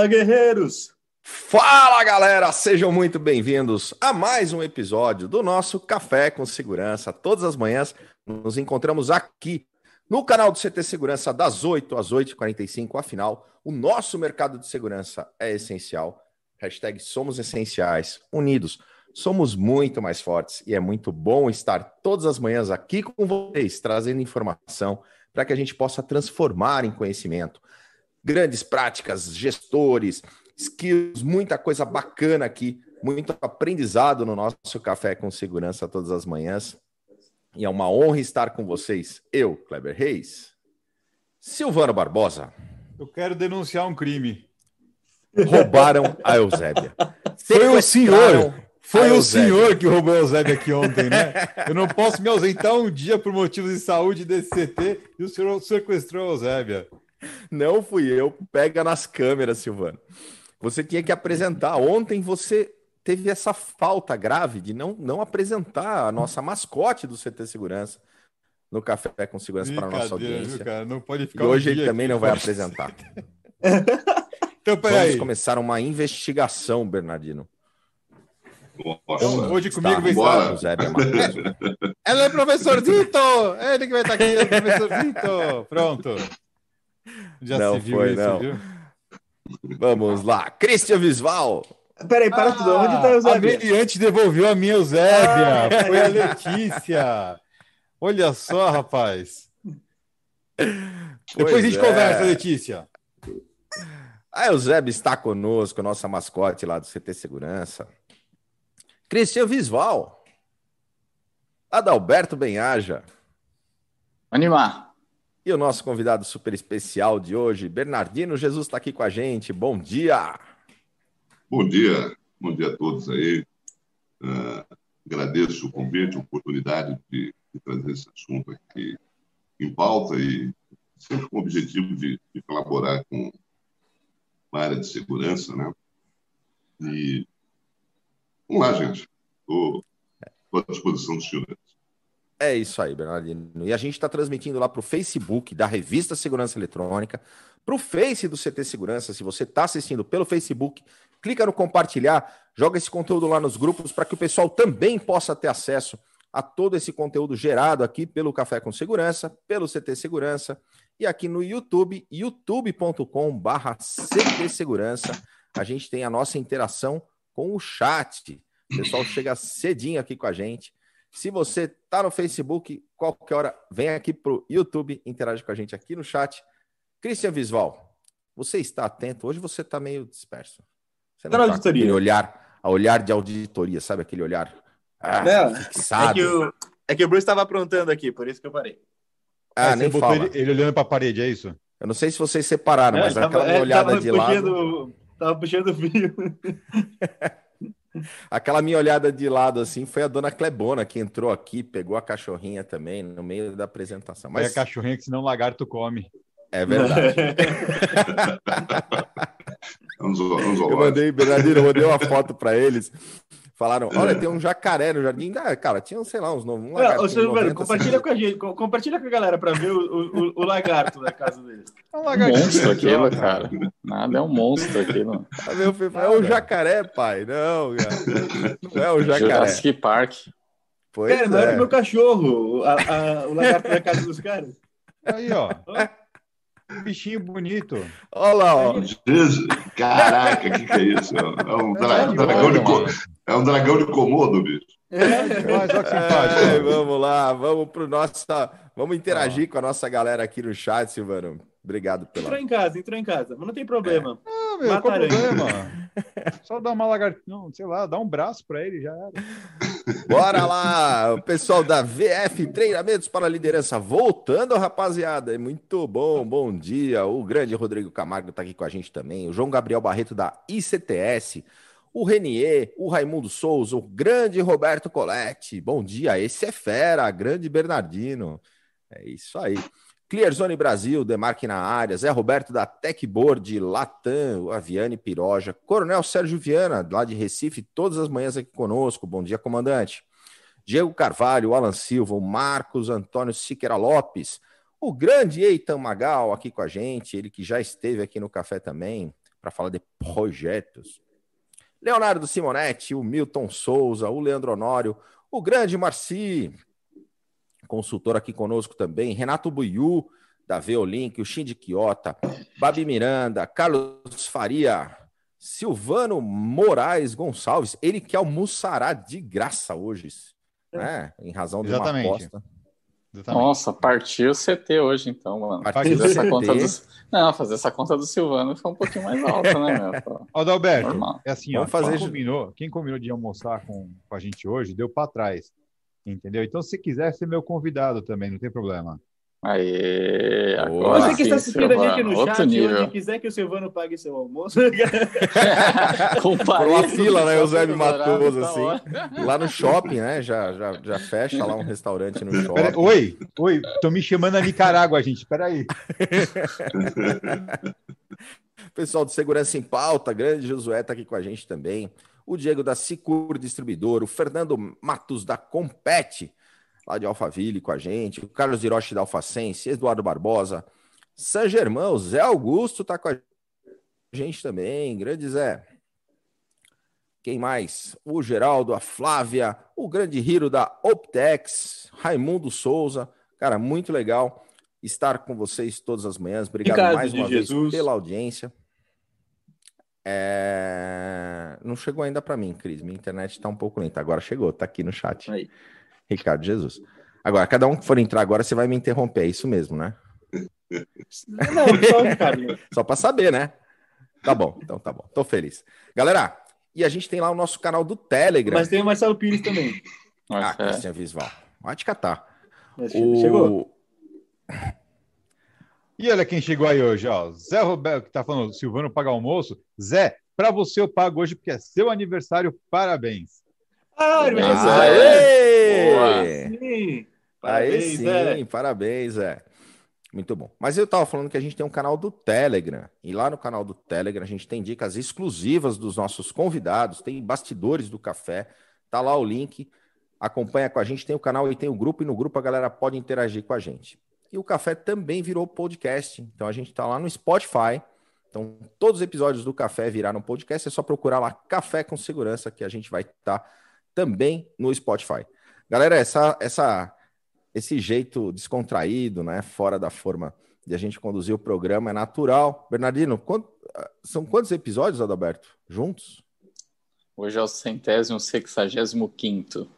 Fala, guerreiros! Fala, galera! Sejam muito bem-vindos a mais um episódio do nosso Café com Segurança. Todas as manhãs nos encontramos aqui no canal do CT Segurança das 8 às 8h45. Afinal, o nosso mercado de segurança é essencial. Hashtag somos essenciais, unidos. Somos muito mais fortes e é muito bom estar todas as manhãs aqui com vocês, trazendo informação para que a gente possa transformar em conhecimento. Grandes práticas, gestores, skills, muita coisa bacana aqui, muito aprendizado no nosso Café com Segurança todas as manhãs. E é uma honra estar com vocês. Eu, Kleber Reis, Silvano Barbosa. Eu quero denunciar um crime. Roubaram a Eusébia. Foi o senhor que roubou a Eusébia aqui ontem, né? Eu não posso me ausentar um dia por motivos de saúde desse CT e o senhor sequestrou a Eusébia. Não fui eu. Pega nas câmeras, Silvano. Você tinha que apresentar. Ontem você teve essa falta grave de não apresentar a nossa mascote do CT Segurança no Café com Segurança para a nossa audiência. Viu, cara? Não pode ficar e hoje ele também não vai apresentar. Então, vamos começar uma investigação, Bernardino. Então, hoje comigo vai estar o Zé Matheus. Ele é professorzito! Ele que vai estar aqui, é o professorzito! Pronto. Já não se viu foi, isso, não. Viu? Vamos lá. Christian Visval. Peraí, para tudo. Onde tá a Eusébia? A mediante devolveu a minha Eusébia. Foi a Letícia. Olha só, rapaz. Depois a gente conversa, Letícia. A Eusébia está conosco, nossa mascote lá do CT Segurança. Christian Visval. Adalberto Benhaja. Animar. E o nosso convidado super especial de hoje, Bernardino Jesus, está aqui com a gente. Bom dia! Bom dia a todos aí. Agradeço o convite, a oportunidade de trazer esse assunto aqui em pauta e sempre com o objetivo de colaborar com a área de segurança, né? E vamos lá, gente. Estou à disposição dos senhores. É isso aí, Bernardino. E a gente está transmitindo lá para o Facebook da Revista Segurança Eletrônica, para o Face do CT Segurança. Se você está assistindo pelo Facebook, clica no compartilhar, joga esse conteúdo lá nos grupos para que o pessoal também possa ter acesso a todo esse conteúdo gerado aqui pelo Café com Segurança, pelo CT Segurança e aqui no YouTube, youtube.com/CT Segurança. A gente tem a nossa interação com o chat. O pessoal chega cedinho aqui com a gente. Se você está no Facebook, qualquer hora, vem aqui para o YouTube, interage com a gente aqui no chat. Christian Visval, você está atento? Hoje você está meio disperso. Você não está com aquele olhar de auditoria, sabe? Aquele olhar fixado. É que o Bruce estava aprontando aqui, por isso que eu parei. Nem fala. Ele olhando para a parede, é isso? Eu não sei se vocês separaram, mas aquela olhada de lado... Tava puxando o fio. Aquela minha olhada de lado, assim, foi a dona Clebona que entrou aqui, pegou a cachorrinha também no meio da apresentação. Mas é a cachorrinha que senão o lagarto come. É verdade. Eu mandei uma foto para eles. Falaram, olha, tem um jacaré no jardim. Cara, tinha, sei lá, uns um lagarto. Compartilha com a gente, compartilha com a galera para ver o lagarto da casa deles. É um monstro aquilo, cara. Nada, é um monstro aquilo. É um jacaré, pai. Não, cara. Não é um jacaré. Jurassic Park. Pois cara, não era meu cachorro, o lagarto da casa dos caras. Aí, ó. Bichinho bonito. Olha lá, ó. Caraca, que é isso? É um dragão de Komodo, bicho. Vamos lá, vamos interagir com a nossa galera aqui no chat, Silvano. Obrigado pela... Entrou em casa, mas não tem problema. Qual problema? Só dar uma lagartinha, sei lá, dá um braço para ele, já era. Bora lá, o pessoal da VF Treinamentos para a Liderança voltando, rapaziada. É muito bom dia. O grande Rodrigo Camargo está aqui com a gente também. O João Gabriel Barreto da ICTS. O Renier, o Raimundo Souza, o grande Roberto Coletti. Bom dia, esse é fera, grande Bernardino. É isso aí. Clearzone Brasil, Demarque na área, Zé Roberto da Techboard, Latam, Aviane Piroja, Coronel Sérgio Viana, lá de Recife, todas as manhãs aqui conosco. Bom dia, comandante. Diego Carvalho, o Alan Silva, o Marcos Antônio Siqueira Lopes, o grande Eitan Magal aqui com a gente, ele que já esteve aqui no café também. para falar de projetos. Leonardo Simonetti, o Milton Souza, o Leandro Honório, o grande Marci, consultor aqui conosco também, Renato Buiú, da Veolink, o Shinji Quiota, Babi Miranda, Carlos Faria, Silvano Moraes Gonçalves, ele que almoçará de graça hoje, né? Em razão de uma aposta. Exatamente. Nossa, partiu o CT hoje, então, mano. Fazer essa conta do Silvano foi um pouquinho mais alta, né, meu? Ó, Adalberto, normal. É assim, ó, quem combinou de almoçar com a gente hoje, deu para trás, entendeu? Então, se quiser ser meu convidado também, não tem problema. Aê, agora você que está assistindo a gente no chat, nível. onde quiser que o Silvano pague seu almoço. Por uma fila, né, Eusébio Matoso, assim. Lá no shopping, né, já fecha lá um restaurante no shopping. Oi, estão me chamando a Nicarágua, gente, peraí. Pessoal do Segurança em Pauta, grande Josué está aqui com a gente também. O Diego da Sicur Distribuidor, o Fernando Matos da Compete, lá de Alphaville com a gente, o Carlos Hiroshi da Alfacense, Eduardo Barbosa, San Germão, o Zé Augusto tá com a gente também, grande Zé. Quem mais? O Geraldo, a Flávia, o grande Hiro da Optex, Raimundo Souza, cara, muito legal estar com vocês todas as manhãs, obrigado Ricardo mais uma vez pela audiência. Não chegou ainda para mim, Cris, minha internet tá um pouco lenta, agora chegou, tá aqui no chat. Aí. Ricardo Jesus. Agora, cada um que for entrar agora, você vai me interromper, é isso mesmo, né? Não, só, Ricardo. Só para saber, né? Tá bom, então tá bom. Tô feliz. Galera, e a gente tem lá o nosso canal do Telegram. Mas tem o Marcelo Pires também. Cristian Visval. Vai te catar. Chegou. E olha quem chegou aí hoje, ó. Zé Roberto, que tá falando, Silvano paga almoço. Zé, para você eu pago hoje porque é seu aniversário, parabéns. Parabéns, Zé. Muito bom. Mas eu tava falando que a gente tem um canal do Telegram, e lá no canal do Telegram a gente tem dicas exclusivas dos nossos convidados, tem bastidores do café, tá lá o link, acompanha com a gente, tem o canal e tem o grupo, e no grupo a galera pode interagir com a gente. E o café também virou podcast, então a gente tá lá no Spotify, então todos os episódios do café viraram podcast, é só procurar lá Café com Segurança, que a gente vai estar também no Spotify. Galera, esse jeito descontraído, né, fora da forma de a gente conduzir o programa é natural. Bernardino, são quantos episódios, Adalberto, juntos? Hoje é o 165º.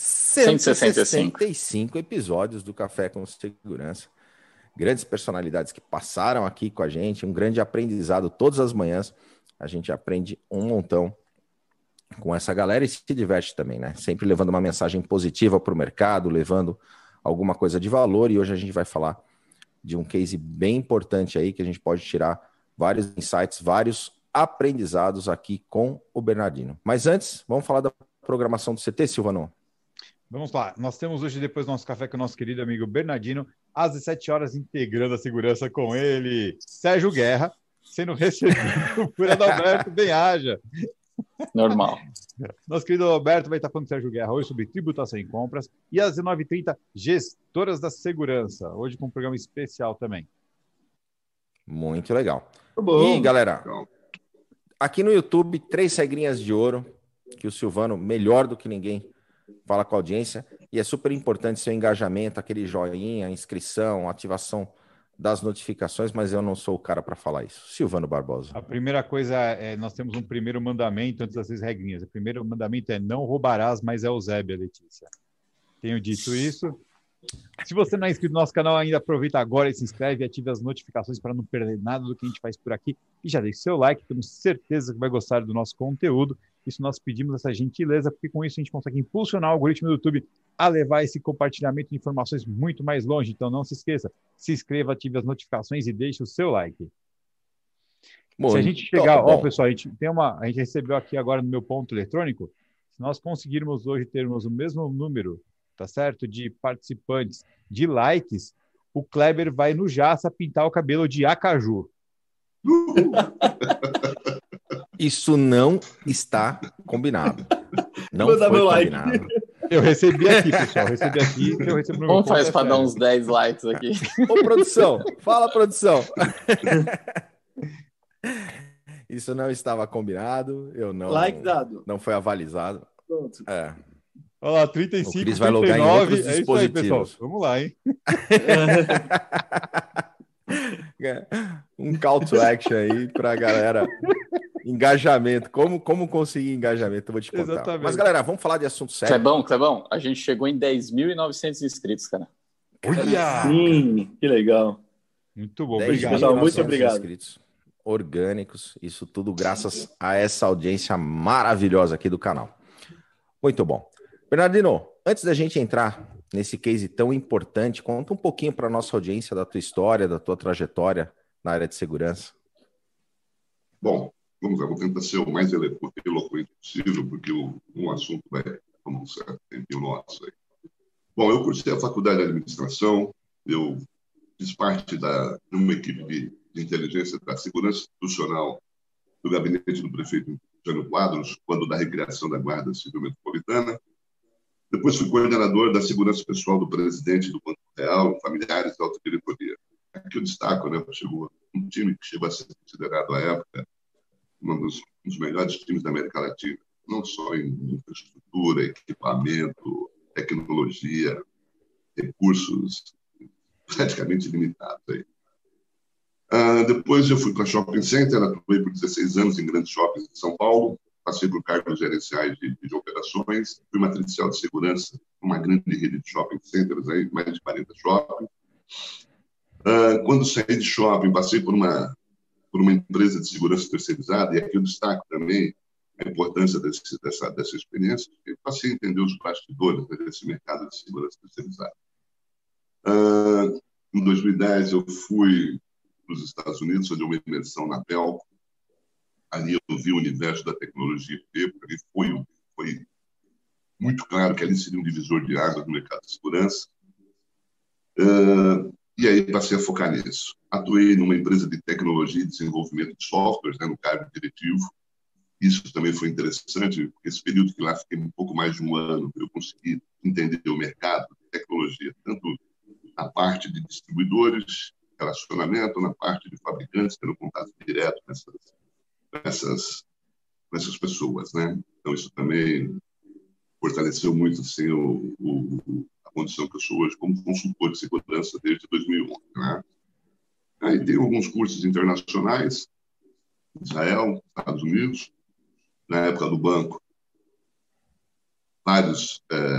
165 episódios do Café com Segurança. Grandes personalidades que passaram aqui com a gente, um grande aprendizado todas as manhãs. A gente aprende um montão com essa galera e se diverte também, né? Sempre levando uma mensagem positiva para o mercado, levando alguma coisa de valor, e hoje a gente vai falar de um case bem importante aí, que a gente pode tirar vários insights, vários aprendizados aqui com o Bernardino. Mas antes, vamos falar da programação do CT, Silvano? Vamos lá, nós temos hoje, depois do nosso café com o nosso querido amigo Bernardino, às 17 horas, integrando a segurança com ele, Sérgio Guerra, sendo recebido por Adalberto Benhaja. Normal. Nosso querido Alberto vai estar falando com o Sérgio Guerra hoje sobre tributação em compras, e às 19h30, gestoras da segurança, hoje com um programa especial também. Muito legal. E galera, aqui no YouTube, 3 regrinhas de ouro, que o Silvano, melhor do que ninguém, fala com a audiência, e é super importante seu engajamento, aquele joinha, inscrição, ativação das notificações, mas eu não sou o cara para falar isso. Silvano Barbosa. A primeira coisa nós temos um primeiro mandamento antes das 6 regrinhas. O primeiro mandamento é não roubarás, mas é Eusébia, Letícia. Tenho dito isso. Se você não é inscrito no nosso canal ainda, aproveita agora e se inscreve e ative as notificações para não perder nada do que a gente faz por aqui. E já deixe seu like, temos certeza que vai gostar do nosso conteúdo. Isso nós pedimos essa gentileza, porque com isso a gente consegue impulsionar o algoritmo do YouTube a levar esse compartilhamento de informações muito mais longe. Então não se esqueça, se inscreva, ative as notificações e deixe o seu like. Se a gente chegar, pessoal, a gente recebeu aqui agora no meu ponto eletrônico, se nós conseguirmos hoje termos o mesmo número, tá certo, de participantes, de likes, o Kleber vai no Jaça pintar o cabelo de acaju. Isso não está combinado. Não foi combinado. Like. Eu recebi aqui, pessoal. Eu recebi no Como faz para dar uns 10 likes aqui? Ô, produção. Fala, produção. Isso não estava combinado, eu não... Like dado. Não foi avalizado. Pronto. É. Olha lá, O 35, Cris vai logar em 39. outros É isso aí, pessoal. dispositivos. Vamos lá, hein? Um call to action aí pra galera. Engajamento. Como conseguir engajamento? Eu vou te contar. Exatamente. Mas, galera, vamos falar de assunto sério. Clebão, a gente chegou em 10.900 inscritos, cara. Olha! Sim, que legal. Muito bom, 10.900 obrigado. pessoal, muito obrigado. inscritos orgânicos. Isso tudo graças a essa audiência maravilhosa aqui do canal. Muito bom. Bernardino, antes da gente entrar nesse case tão importante, conta um pouquinho para a nossa audiência da tua história, da tua trajetória na área de segurança. Bom, vamos lá, vou tentar ser o mais eloquente possível, porque o assunto vai tomar um certo tempinho nosso aí. Bom, eu cursei a faculdade de administração, eu fiz parte de uma equipe de inteligência da segurança institucional do gabinete do prefeito Jânio Quadros, quando da recriação da Guarda Civil Metropolitana. Depois fui coordenador da segurança pessoal do presidente do Banco Real, familiares da alta diretoria. Aqui eu destaco, né, chegou um time que chegou a ser considerado à época um dos melhores times da América Latina, não só em infraestrutura, equipamento, tecnologia, recursos praticamente ilimitados. Aí. Depois eu fui para Shopping Center, atuei por 16 anos em grandes shoppings de São Paulo, passei por cargos gerenciais de operações, fui matricial de segurança, uma grande rede de shopping centers, aí, mais de 40 shoppings. Quando saí de shopping, passei por uma empresa de segurança terceirizada, e aqui eu destaco também a importância dessa experiência, porque passei a entender os bastidores desse mercado de segurança terceirizada. Em 2010, eu fui para os Estados Unidos fazer uma imersão na Pelco. Ali eu vi o universo da tecnologia IP, porque foi muito claro que ali seria um divisor de águas no mercado de segurança. E aí passei a focar nisso. Atuei numa empresa de tecnologia e desenvolvimento de softwares, né, no cargo diretivo. Isso também foi interessante, porque esse período que lá fiquei um pouco mais de um ano, eu consegui entender o mercado de tecnologia, tanto na parte de distribuidores, relacionamento, na parte de fabricantes, tendo contato direto com essas pessoas, né? Então, isso também fortaleceu muito assim, a condição que eu sou hoje como consultor de segurança desde 2011. Né? Aí tem alguns cursos internacionais, Israel, Estados Unidos, na época do banco, vários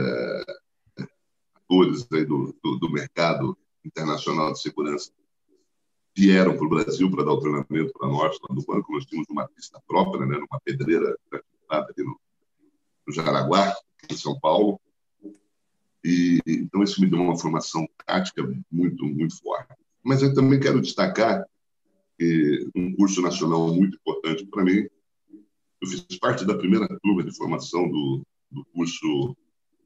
atores aí do mercado internacional de segurança vieram para o Brasil para dar o treinamento para nós lá do banco. Nós tínhamos uma pista própria, né, numa pedreira ali no Jaraguá, em São Paulo. E então isso me deu uma formação tática muito, muito forte. Mas eu também quero destacar que um curso nacional muito importante para mim, eu fiz parte da primeira turma de formação do curso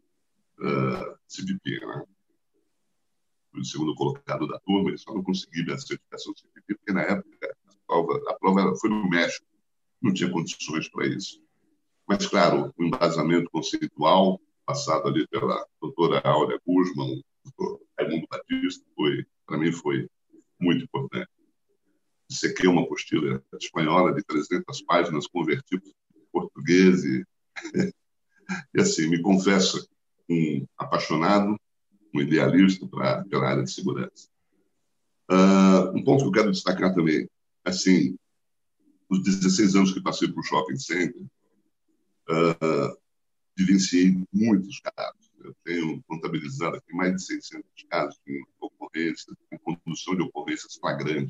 CPP, né? Fui o segundo colocado da turma, e só não consegui a certificação CPP, porque na época a prova foi no México, não tinha condições para isso. Mas, claro, o embasamento conceitual, passado ali pela doutora Áurea Guzman, doutor Raimundo Batista, para mim foi muito importante. Sequei uma apostila espanhola de 300 páginas, converti para português e assim, me confesso um apaixonado, um idealista pela área de segurança. Um ponto que eu quero destacar também, assim, os 16 anos que passei por shopping center, vivenciei muitos casos. Eu tenho contabilizado aqui mais de 600 casos de ocorrências, de condução de ocorrências flagrantes.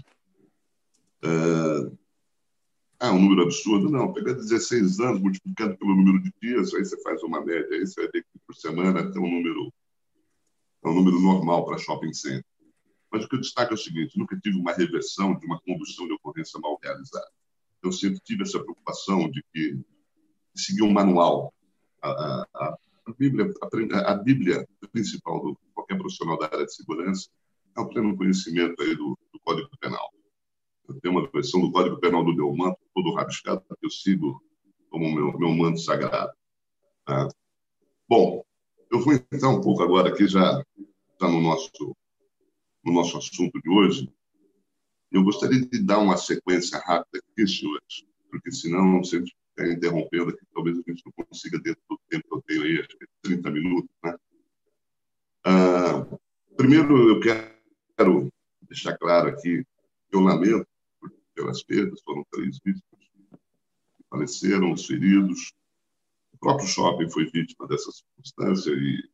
Um número absurdo? Não, pega 16 anos, multiplicando pelo número de dias, aí você faz uma média, aí você vai ver que por semana tem um número normal para shopping center. Mas o que eu destaco é o seguinte: nunca tive uma reversão de uma condução de ocorrência mal realizada. Eu sempre tive essa preocupação de seguir um manual. A Bíblia principal de qualquer profissional da área de segurança é o pleno conhecimento aí do Código Penal. Eu tenho uma versão do Código Penal do Delmanto, todo rabiscado, que eu sigo como meu manto sagrado. Tá? Bom, eu vou entrar um pouco agora aqui, já no nosso assunto de hoje. Eu gostaria de dar uma sequência rápida aqui, senhores, porque senão, se a gente ficar interrompendo aqui, talvez a gente não consiga, dentro do tempo que eu tenho aí, acho que é 30 minutos, né? Primeiro, eu quero deixar claro aqui que eu lamento pelas perdas, foram 3 vítimas que faleceram, os feridos. O próprio shopping foi vítima dessa circunstância e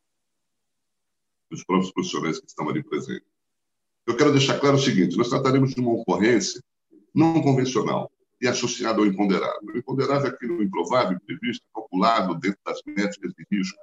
os próprios profissionais que estão ali presentes. Eu quero deixar claro o seguinte: nós trataremos de uma ocorrência não convencional e associada ao imponderável. O imponderável é aquilo improvável, imprevisto, calculado dentro das métricas de risco.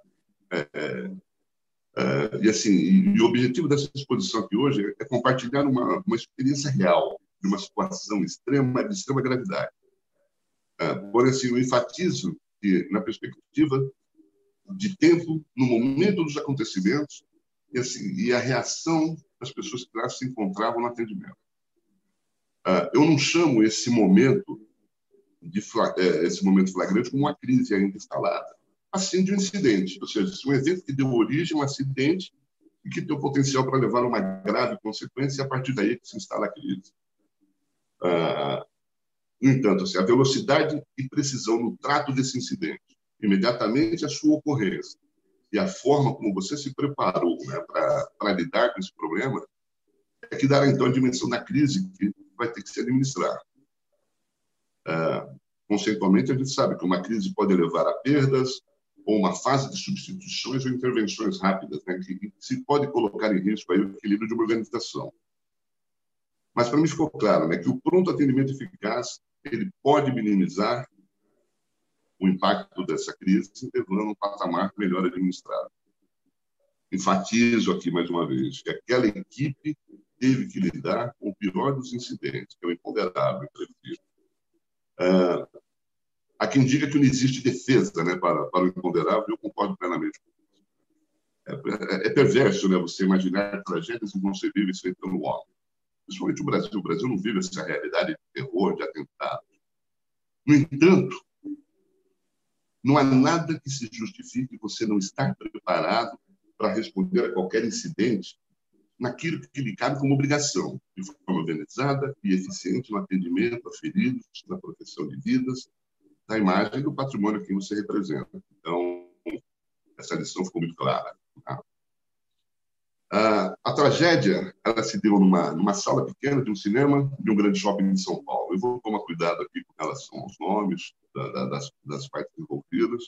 E o objetivo dessa exposição aqui hoje é compartilhar uma experiência real de uma situação de extrema gravidade. Porém, assim, eu enfatizo que, na perspectiva de tempo, no momento dos acontecimentos, e a reação das pessoas que lá se encontravam no atendimento. Eu não chamo esse momento flagrante como uma crise ainda instalada, assim de um incidente, ou seja, um evento que deu origem a um acidente e que tem o potencial para levar a uma grave consequência, e a partir daí que se instala a crise. No entanto, assim, a velocidade e precisão no trato desse incidente, imediatamente a sua ocorrência, e a forma como você se preparou, né, para lidar com esse problema, é que dará, então, a dimensão da crise que vai ter que se administrar. Conceitualmente, a gente sabe que uma crise pode levar a perdas, ou uma fase de substituições ou intervenções rápidas, né, que se pode colocar em risco aí o equilíbrio de uma organização. Mas, para mim, ficou claro, né, que o pronto atendimento eficaz ele pode minimizar o impacto dessa crise, levando um patamar melhor administrado. Enfatizo aqui, mais uma vez, que aquela equipe teve que lidar com o pior dos incidentes, que é o imponderável, imprevisível. Há quem diga que não existe defesa, né, para o imponderável, e eu concordo plenamente com isso. É perverso, né, você imaginar tragédias inconcebíveis feitas pelo homem. Principalmente o Brasil. O Brasil não vive essa realidade de terror, de atentado. No entanto, não há nada que se justifique você não estar preparado para responder a qualquer incidente naquilo que lhe cabe como obrigação, de forma organizada e eficiente no atendimento a feridos, na proteção de vidas, da imagem do patrimônio que você representa. Então, essa lição ficou muito clara. A tragédia ela se deu numa sala pequena de um cinema de um grande shopping de São Paulo. Eu vou tomar cuidado aqui com relação aos nomes das partes envolvidas.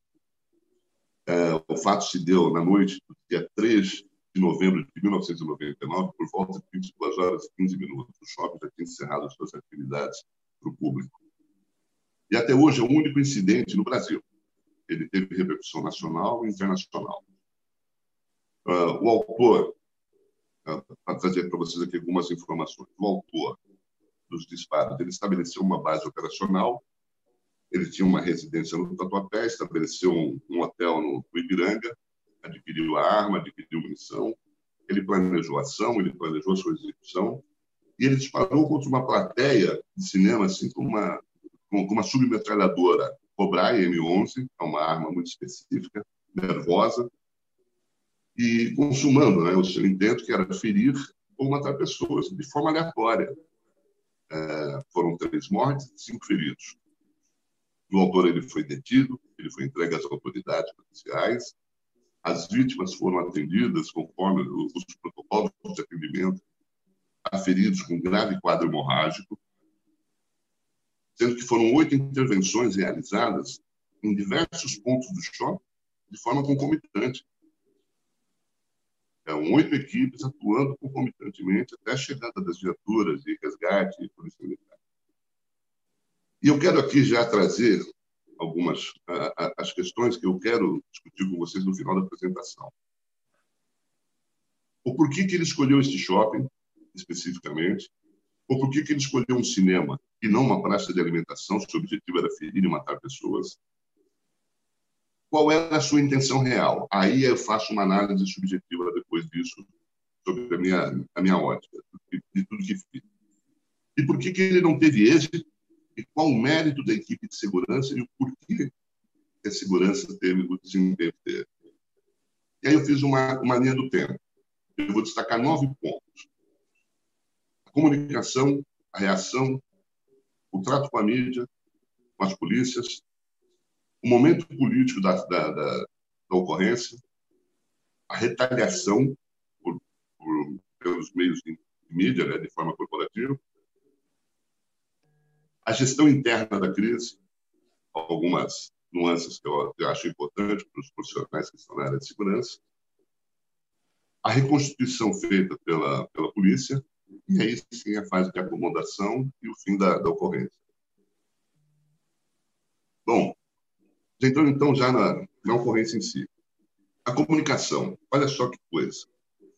O fato se deu na noite do dia 3 de novembro de 1999, por volta de 22 horas e 15 minutos. O shopping já tinha encerrado as suas atividades para o público. E até hoje é o único incidente no Brasil. Ele teve repercussão nacional e internacional. O autor, para trazer para vocês aqui algumas informações, o autor dos disparos, ele estabeleceu uma base operacional, ele tinha uma residência no Tatuapé, estabeleceu um hotel no Ipiranga, adquiriu a arma, adquiriu munição, ele planejou a ação, ele planejou a sua execução, e ele disparou contra uma plateia de cinema assim, com uma submetralhadora Cobra M11, é uma arma muito específica, nervosa, e consumando, né, o seu intento, que era ferir ou matar pessoas de forma aleatória. Foram 3 mortes e 5 feridos. O autor ele foi detido, ele foi entregue às autoridades policiais. As vítimas foram atendidas conforme os protocolos de atendimento a feridos com grave quadro hemorrágico, sendo que foram 8 intervenções realizadas em diversos pontos do shopping de forma concomitante. 8 equipes atuando concomitantemente até a chegada das viaturas de resgate e polícia militar. E eu quero aqui já trazer algumas as questões que eu quero discutir com vocês no final da apresentação. O porquê que ele escolheu este shopping, especificamente, ou por que ele escolheu um cinema e não uma praça de alimentação, se o objetivo era ferir e matar pessoas. Qual era a sua intenção real? Aí eu faço uma análise subjetiva depois disso, sobre a minha ótica, de tudo que fiz. E por que ele não teve êxito? E qual o mérito da equipe de segurança e o porquê que a segurança teve o desempenho que teve? E aí eu fiz uma linha do tempo. Eu vou destacar 9 pontos. A comunicação, a reação, o trato com a mídia, com as polícias, o momento político da ocorrência, a retaliação pelos meios de mídia, né, de forma corporativa, a gestão interna da crise, algumas nuances que eu acho importantes para os profissionais que estão na área de segurança, a reconstituição feita pela polícia, e aí sim a fase de acomodação e o fim da ocorrência. Bom, entrando então já na ocorrência em si. A comunicação, olha só que coisa.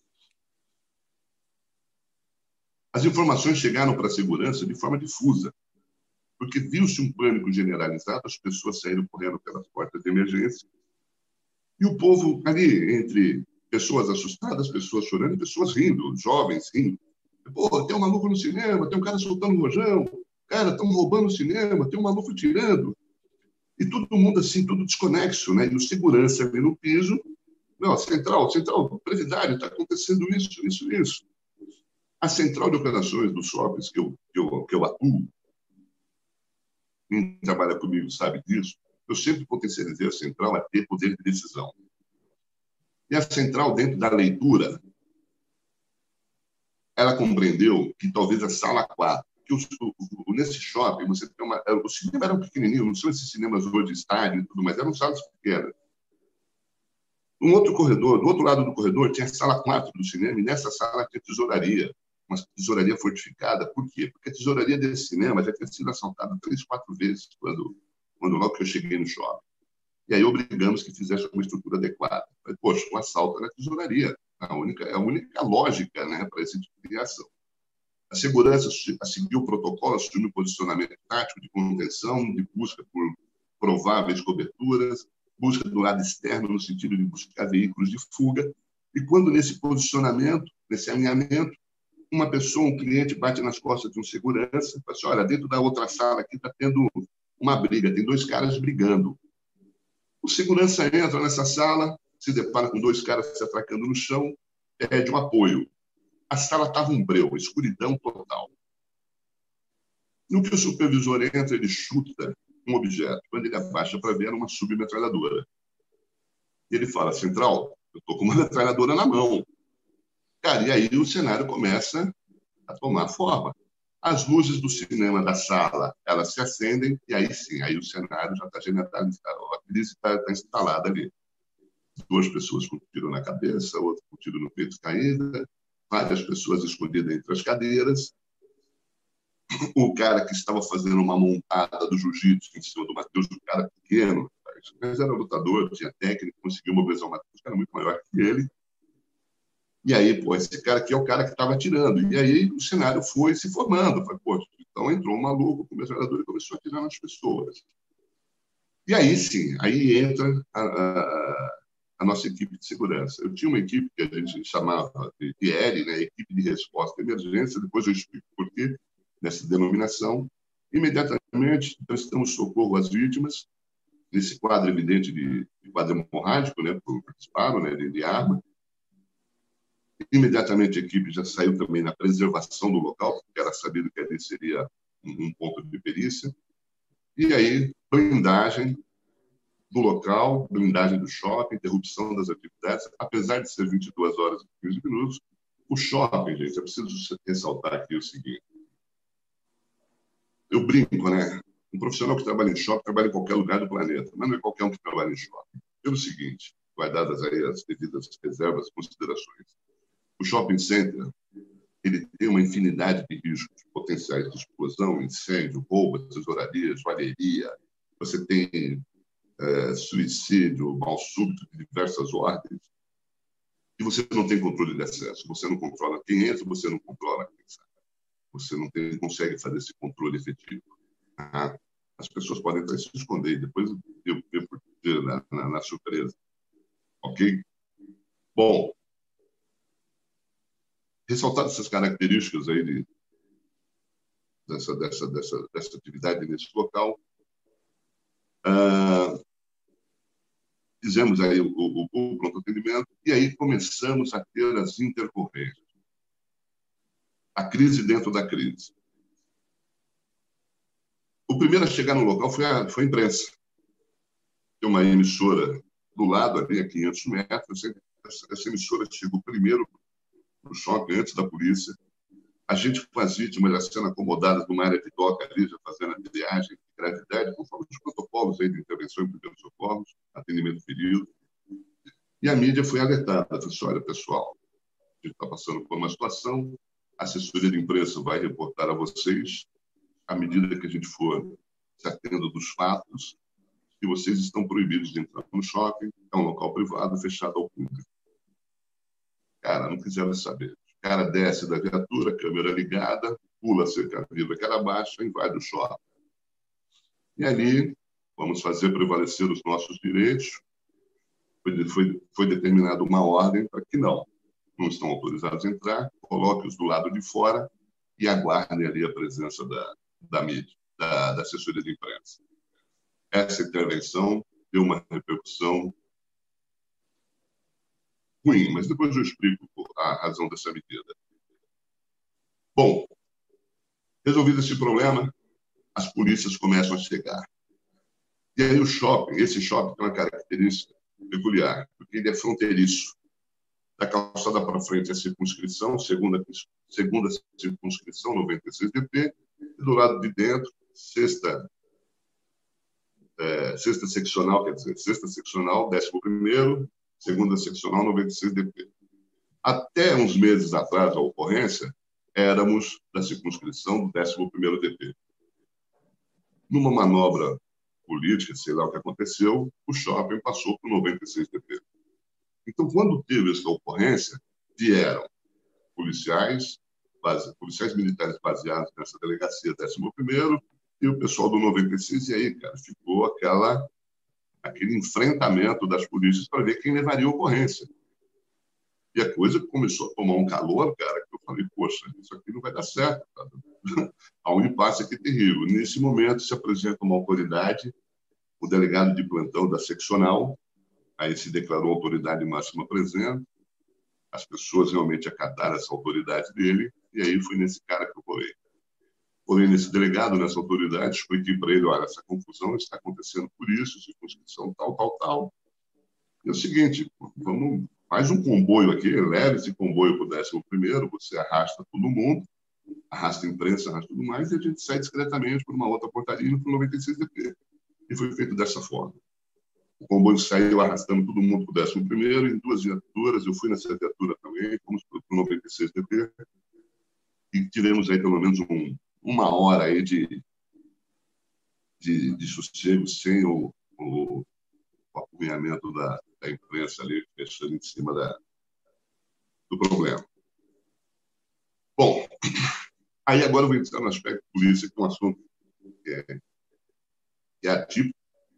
As informações chegaram para a segurança de forma difusa, porque viu-se um pânico generalizado, as pessoas saíram correndo pelas portas de emergência, e o povo ali, entre pessoas assustadas, pessoas chorando e pessoas rindo, jovens rindo. Pô, tem um maluco no cinema, tem um cara soltando rojão, cara, estão roubando o cinema, tem um maluco tirando. E todo mundo assim, tudo desconexo, né? E o segurança ali no piso, não, central, presidiário, está acontecendo isso. A central de operações dos shoppings que eu atuo, quem trabalha comigo sabe disso, eu sempre potencializei a central a ter poder de decisão. E a central, dentro da leitura, ela compreendeu que talvez a sala 4, que nesse shopping, você tem os cinemas eram pequenininhos, não são esses cinemas hoje de estádio e tudo mais, eram salas pequenas. Um outro corredor, do outro lado do corredor, tinha a sala 4 do cinema, e nessa sala tinha tesouraria, uma tesouraria fortificada. Por quê? Porque a tesouraria desse cinema já tinha sido assaltada 3, 4 vezes quando logo que eu cheguei no shopping. E aí obrigamos que fizesse uma estrutura adequada. Poxa, o assalto na tesouraria é a única lógica, né, para esse tipo de ação. A segurança seguiu o protocolo, assumiu o posicionamento tático de contenção, de busca por prováveis coberturas, busca do lado externo no sentido de buscar veículos de fuga. E quando nesse posicionamento, nesse alinhamento, uma pessoa, um cliente, bate nas costas de um segurança e fala assim, olha, dentro da outra sala aqui está tendo uma briga, tem 2 caras brigando. O segurança entra nessa sala, se depara com 2 caras se atracando no chão, pede um apoio. A sala estava um breu, escuridão total. No que o supervisor entra, ele chuta um objeto. Quando ele abaixa para ver, era uma submetralhadora. E ele fala, central, eu estou com uma metralhadora na mão. Cara, e aí o cenário começa a tomar forma. As luzes do cinema da sala, elas se acendem, e aí sim, aí o cenário já está generalizado, a crise está instalada ali. 2 pessoas com tiro na cabeça, outra com tiro no peito caída, várias pessoas escondidas entre as cadeiras. O cara que estava fazendo uma montada do jiu-jitsu em cima do Matheus, um cara pequeno, mas era lutador, tinha técnica, conseguiu mobilizar o Matheus, que era muito maior que ele. E aí, pô, esse cara aqui é o cara que estava atirando. E aí o cenário foi se formando. Foi, pô, então entrou um maluco com o metralhador e começou a atirar nas pessoas. E aí sim, aí entra a nossa equipe de segurança. Eu tinha uma equipe que a gente chamava de ERE, né, Equipe de Resposta à Emergência, depois eu explico por quê dessa denominação. Imediatamente prestamos socorro às vítimas, nesse quadro evidente de quadro hemorrágico, né, por disparo, né, de arma. Imediatamente a equipe já saiu também na preservação do local, porque era sabido que ali seria um ponto de perícia. E aí, blindagem do local, blindagem do shopping, interrupção das atividades, apesar de ser 22 horas e 15 minutos, o shopping, gente, eu preciso ressaltar aqui o seguinte. Eu brinco, né? Um profissional que trabalha em shopping trabalha em qualquer lugar do planeta, mas não é qualquer um que trabalha em shopping. Pelo seguinte, guardadas aí as devidas reservas e considerações. O shopping center, ele tem uma infinidade de riscos potenciais de explosão, incêndio, roubo, tesourarias, joalheria. Você tem suicídio, mal súbito de diversas ordens. E você não tem controle de acesso. Você não controla quem entra, você não controla quem sai. Você não consegue fazer esse controle efetivo. As pessoas podem entrar e se esconder, e depois eu ver na surpresa. Ok? Bom, ressaltadas essas características aí dessa atividade nesse local, fizemos aí o pronto atendimento e aí começamos a ter as intercorrências. A crise dentro da crise. O primeiro a chegar no local foi a imprensa. Tem uma emissora do lado, ali a 500 metros. Essa emissora chegou primeiro no choque, antes da polícia. A gente com as vítimas já sendo acomodadas numa área de toca ali, já fazendo a triagem de gravidade, conforme os protocolos aí de intervenção em primeiros socorros, atendimento ferido. E a mídia foi alertada, disse: olha, pessoal, a gente está passando por uma situação, a assessoria de imprensa vai reportar a vocês, à medida que a gente for se atendo dos fatos, que vocês estão proibidos de entrar no shopping, é um local privado fechado ao público. Cara, não quiseram saber. O cara desce da viatura, câmera ligada, pula a cerca-viva que era baixa, invade o shopping. E ali, vamos fazer prevalecer os nossos direitos. Foi determinada uma ordem para que não estão autorizados a entrar, coloque-os do lado de fora e aguardem ali a presença da mídia, da assessoria de imprensa. Essa intervenção deu uma repercussão ruim, mas depois eu explico a razão dessa medida. Bom, resolvido esse problema, as polícias começam a chegar. E aí esse shopping tem uma característica peculiar, porque ele é fronteiriço. Da calçada para frente é a circunscrição, segunda circunscrição, 96 DP, e do lado de dentro, sexta seccional, 11º, segunda seccional, 96 DP. Até uns meses atrás, a ocorrência, éramos da circunscrição do 11º DP. Numa manobra política, sei lá o que aconteceu, o shopping passou para o 96 DP. Então, quando teve essa ocorrência, vieram policiais militares baseados nessa delegacia 11º e o pessoal do 96, e aí, cara, ficou aquele enfrentamento das polícias para ver quem levaria a ocorrência. E a coisa começou a tomar um calor, cara, que eu falei, poxa, isso aqui não vai dar certo. Cara. Há um impasse aqui terrível. Nesse momento se apresenta uma autoridade, o delegado de plantão da seccional, aí se declarou autoridade máxima presente, as pessoas realmente acataram essa autoridade dele, e aí foi nesse cara que eu colei. Colei nesse delegado, nessa autoridade, expliquei para ele, olha, essa confusão está acontecendo por isso, circunscrição tal. E é o seguinte, faz um comboio aqui, leve esse comboio para o 11º, você arrasta todo mundo, arrasta a imprensa, arrasta tudo mais, e a gente sai discretamente por uma outra portaria para o 96 DP. E foi feito dessa forma. O comboio saiu arrastando todo mundo para o 11º, em 2 viaturas, eu fui nessa viatura também, fomos para o 96 DP, e tivemos aí pelo menos uma hora aí de sossego, sem o apurrinhamento da imprensa ali, fechando em cima do problema. Bom, aí agora eu vou entrar no aspecto polícia, que é um assunto que é atípico,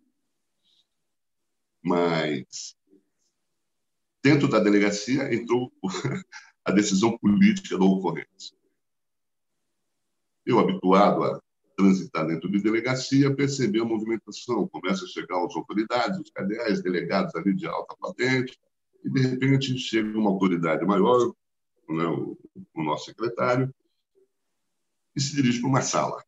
mas dentro da delegacia entrou a decisão política da ocorrência. Eu, habituado a transitar dentro de delegacia, percebi a movimentação, começa a chegar as autoridades, os cadeias, delegados ali de alta patente, e de repente chega uma autoridade maior, né, o nosso secretário, e se dirige para uma sala.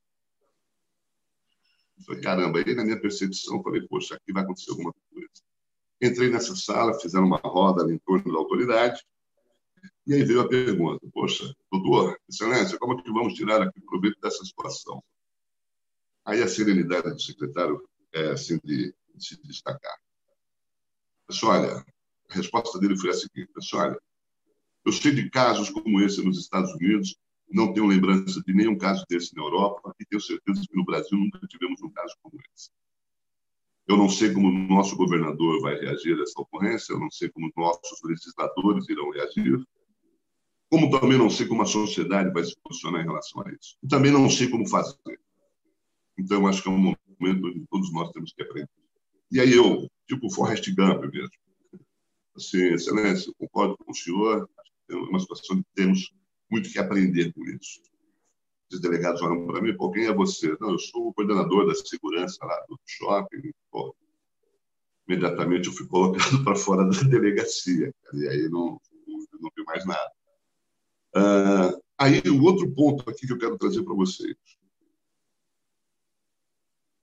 Eu falei, caramba, aí na minha percepção, eu falei, poxa, aqui vai acontecer alguma coisa. Entrei nessa sala, fizeram uma roda ali em torno da autoridade, e aí veio a pergunta, poxa, doutor, excelência, como é que vamos tirar aqui proveito dessa situação? Aí a serenidade do secretário é assim de se destacar. Pessoal, olha, a resposta dele foi a seguinte, pessoal, olha, eu sei de casos como esse nos Estados Unidos, não tenho lembrança de nenhum caso desse na Europa e tenho certeza que no Brasil nunca tivemos um caso como esse. Eu não sei como o nosso governador vai reagir a essa ocorrência, eu não sei como nossos legisladores irão reagir, como também não sei como a sociedade vai se posicionar em relação a isso. E também não sei como fazer. Então, acho que é um momento em que todos nós temos que aprender. E aí eu, tipo Forrest Gump mesmo, assim, excelência, eu concordo com o senhor, acho que é uma situação que temos muito que aprender com isso. Os delegados olham para mim, pô, quem é você? Não, eu sou o coordenador da segurança lá do shopping. Pô, imediatamente eu fui colocado para fora da delegacia, cara, e aí não vi mais nada. Aí o outro ponto aqui que eu quero trazer para vocês.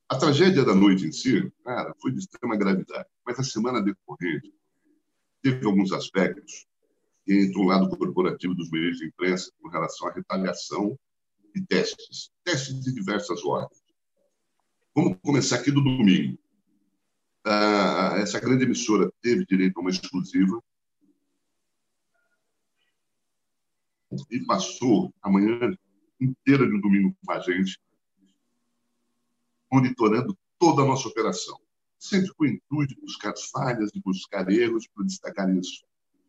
A tragédia da noite em si, cara, foi de extrema gravidade. Mas a semana decorrente teve alguns aspectos que entrou o lado corporativo dos meios de imprensa com relação à retaliação e testes de diversas ordens. Vamos começar aqui do domingo. Essa grande emissora teve direito a uma exclusiva e passou a manhã inteira de domingo com a gente, monitorando toda a nossa operação, sempre com o intuito de buscar falhas, de buscar erros para destacar isso.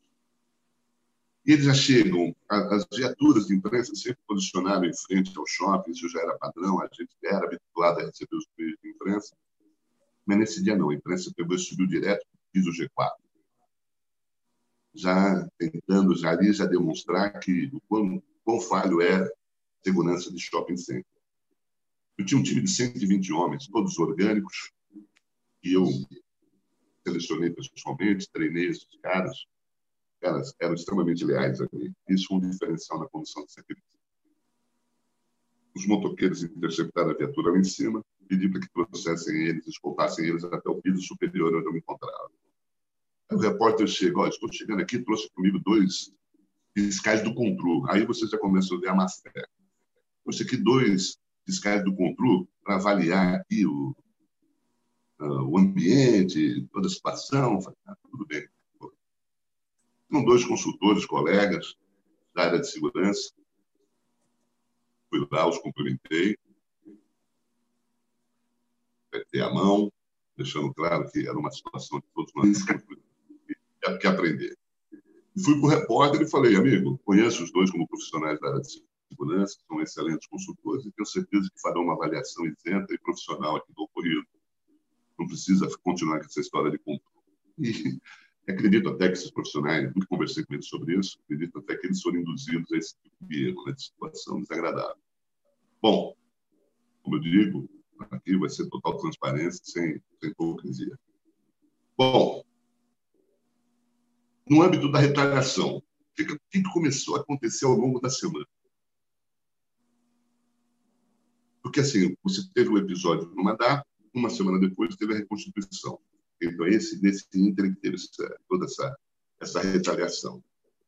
E eles já chegam, as viaturas de imprensa sempre posicionaram em frente ao shopping, isso já era padrão, a gente era habituado a receber os meios de imprensa, mas nesse dia não, a imprensa pegou e subiu direto para o piso G4, já tentando já demonstrar que o quão falho era a segurança de shopping center. Eu tinha um time de 120 homens, todos orgânicos, e eu selecionei pessoalmente, treinei esses caras. Caras eram extremamente leais a mim. Isso foi um diferencial na condução de serviço. Os motoqueiros interceptaram a viatura lá em cima, pedi para que trouxessem eles, escoltassem eles até o piso superior onde eu me encontrava. Aí o repórter chega, estou chegando aqui, trouxe comigo 2 fiscais do Contru. Aí você já começa a ver a má fé. Trouxe aqui 2 fiscais do Contru para avaliar aqui o ambiente, toda a situação. Falei, tudo bem. São 2 consultores, colegas da área de segurança. Fui lá, os cumprimentei, apertei a mão, deixando claro que era uma situação que todos nós tínhamos que aprender. E fui para o repórter e falei, amigo, conheço os 2 como profissionais da área de segurança, são excelentes consultores e tenho certeza que farão uma avaliação isenta e profissional aqui do ocorrido. Não precisa continuar com essa história de controle. E acredito até que esses profissionais, nunca conversei com eles sobre isso, acredito até que eles foram induzidos a esse tipo de erro, de situação desagradável. Bom, como eu digo, aqui vai ser total transparência, sem hipocrisia. Bom, no âmbito da retaliação, o que começou a acontecer ao longo da semana? Porque, assim, você teve um episódio numa data, uma semana depois teve a reconstituição. Então, nesse ínterim que teve toda essa retaliação.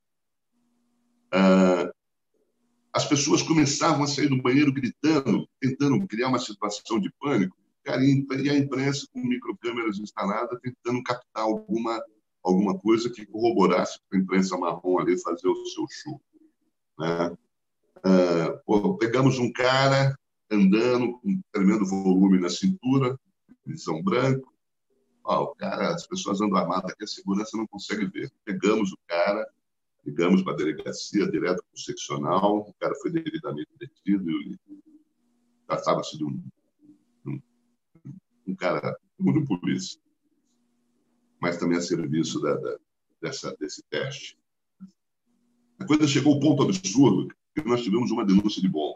As pessoas começavam a sair do banheiro gritando, tentando criar uma situação de pânico, e a imprensa com microcâmeras instaladas tentando captar alguma coisa que corroborasse para a imprensa marrom ali fazer o seu show. Né? Pegamos um cara andando com um tremendo volume na cintura, visão branca. O cara, as pessoas andam armadas que a segurança não consegue ver. Pegamos o cara, ligamos para a delegacia, direto para o seccional, o cara foi devidamente detido e tratava-se de um cara, de polícia, mas também a serviço desse teste. A coisa chegou ao ponto absurdo que nós tivemos uma denúncia de bomba.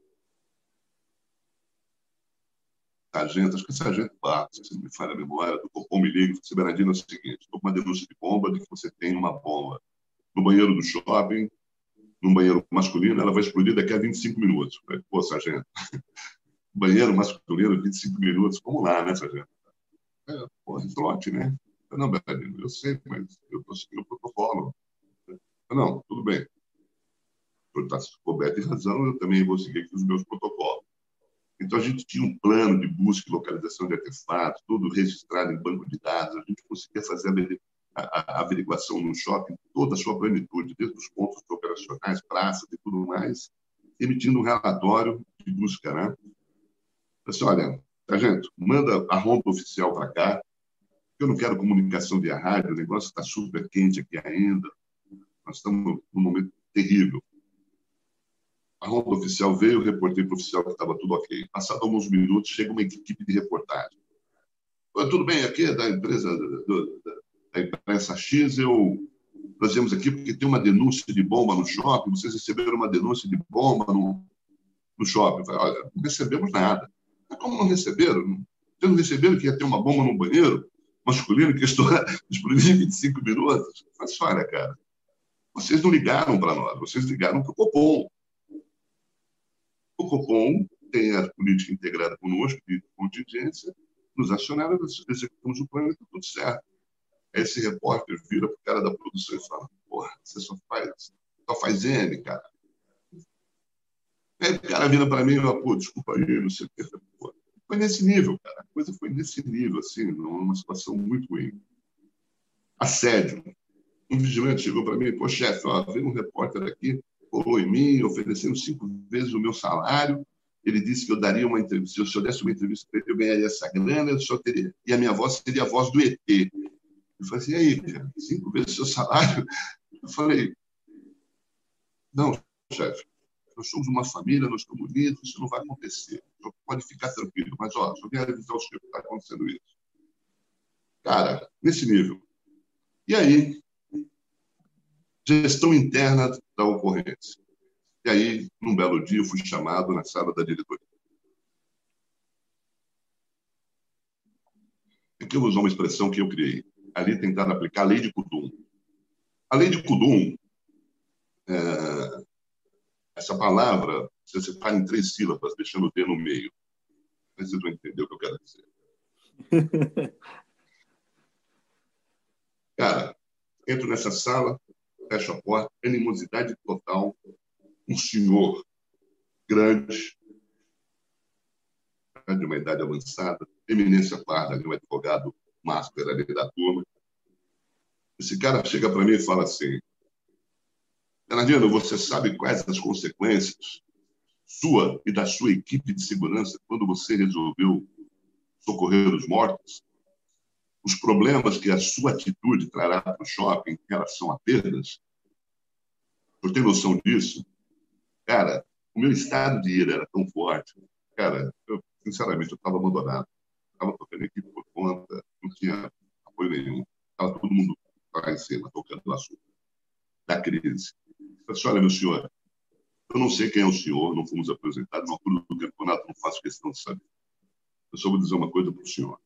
Sargento, acho que o sargento Barros, se não me falha a memória, do Copom me liga e disse, Bernardino, é o seguinte, estou com uma denúncia de bomba, de que você tem uma bomba no banheiro do shopping, num banheiro masculino, ela vai explodir daqui a 25 minutos. Eu falei, pô, sargento, banheiro masculino, 25 minutos, vamos lá, né, sargento? Slot, né? Eu, não, Bernardino, eu sei, mas eu estou seguindo o protocolo. Eu, não, tudo bem. O senhor está coberto de razão, eu também vou seguir aqui os meus protocolos. Então, a gente tinha um plano de busca e localização de artefatos, tudo registrado em banco de dados. A gente conseguia fazer a averiguação no shopping, toda a sua plenitude, desde os pontos operacionais, praças e tudo mais, emitindo um relatório de busca. Né? Assim, olha, sargento, manda a ronda oficial para cá, eu não quero comunicação via rádio, o negócio está super quente aqui ainda, nós estamos num momento terrível. A ronda oficial veio, eu reportei para o oficial que estava tudo ok. Passado alguns minutos, chega uma equipe de reportagem. Tudo bem, aqui é da empresa, da imprensa X, nós viemos aqui porque tem uma denúncia de bomba no shopping, vocês receberam uma denúncia de bomba no shopping. Eu falei, olha, não recebemos nada. Mas como não receberam? Vocês não receberam que ia ter uma bomba no banheiro masculino que explodiu em 25 minutos? Mas olha, cara, vocês não ligaram para nós, vocês ligaram para o Copom. O Copom tem a política integrada conosco, de contingência, nos acionaram, executamos o plano e está tudo certo. Aí esse repórter vira para o cara da produção e fala: porra, você só faz M, cara. Aí o cara vira para mim e fala: pô, desculpa aí, não sei o que. Foi nesse nível, cara. A coisa foi nesse nível, assim, numa situação muito ruim. Assédio. Um vigilante chegou para mim: pô, chefe, veio um repórter aqui, colou em mim, oferecendo 5 vezes o meu salário. Ele disse que eu daria uma entrevista. Se eu desse uma entrevista para ele, eu ganharia essa grana, eu só teria. E a minha voz seria a voz do ET. Eu falei assim: e aí, cara, 5 vezes o seu salário? Eu falei: não, chefe, nós somos uma família, nós estamos unidos, isso não vai acontecer. O senhor pode ficar tranquilo, mas, ó, só quero avisar o senhor que está acontecendo isso. Cara, nesse nível. E aí, gestão interna da ocorrência. E aí, num belo dia, eu fui chamado na sala da diretoria. Aqui eu vou usar uma expressão que eu criei. Ali tentaram aplicar a lei de Kudum. A lei de Kudum, essa palavra, você separa em 3 sílabas, deixando o D no meio. Mas vocês vão entender o que eu quero dizer. Cara, entro nessa sala, fecho a porta, animosidade total, um senhor grande, de uma idade avançada, eminência parda, um advogado master ali da turma. Esse cara chega para mim e fala assim: Bernardino, você sabe quais as consequências sua e da sua equipe de segurança quando você resolveu socorrer os mortos? Os problemas que a sua atitude trará para o shopping em relação a perdas? Por ter noção disso? Cara, o meu estado de ira era tão forte. Cara, sinceramente, eu estava abandonado. Estava tocando a equipe por conta, não tinha apoio nenhum. Estava todo mundo lá em cima, tocando o assunto da crise. Eu disse: olha, meu senhor, eu não sei quem é o senhor, não fomos apresentados na altura do campeonato, não faço questão de saber. Eu só vou dizer uma coisa para o senhor.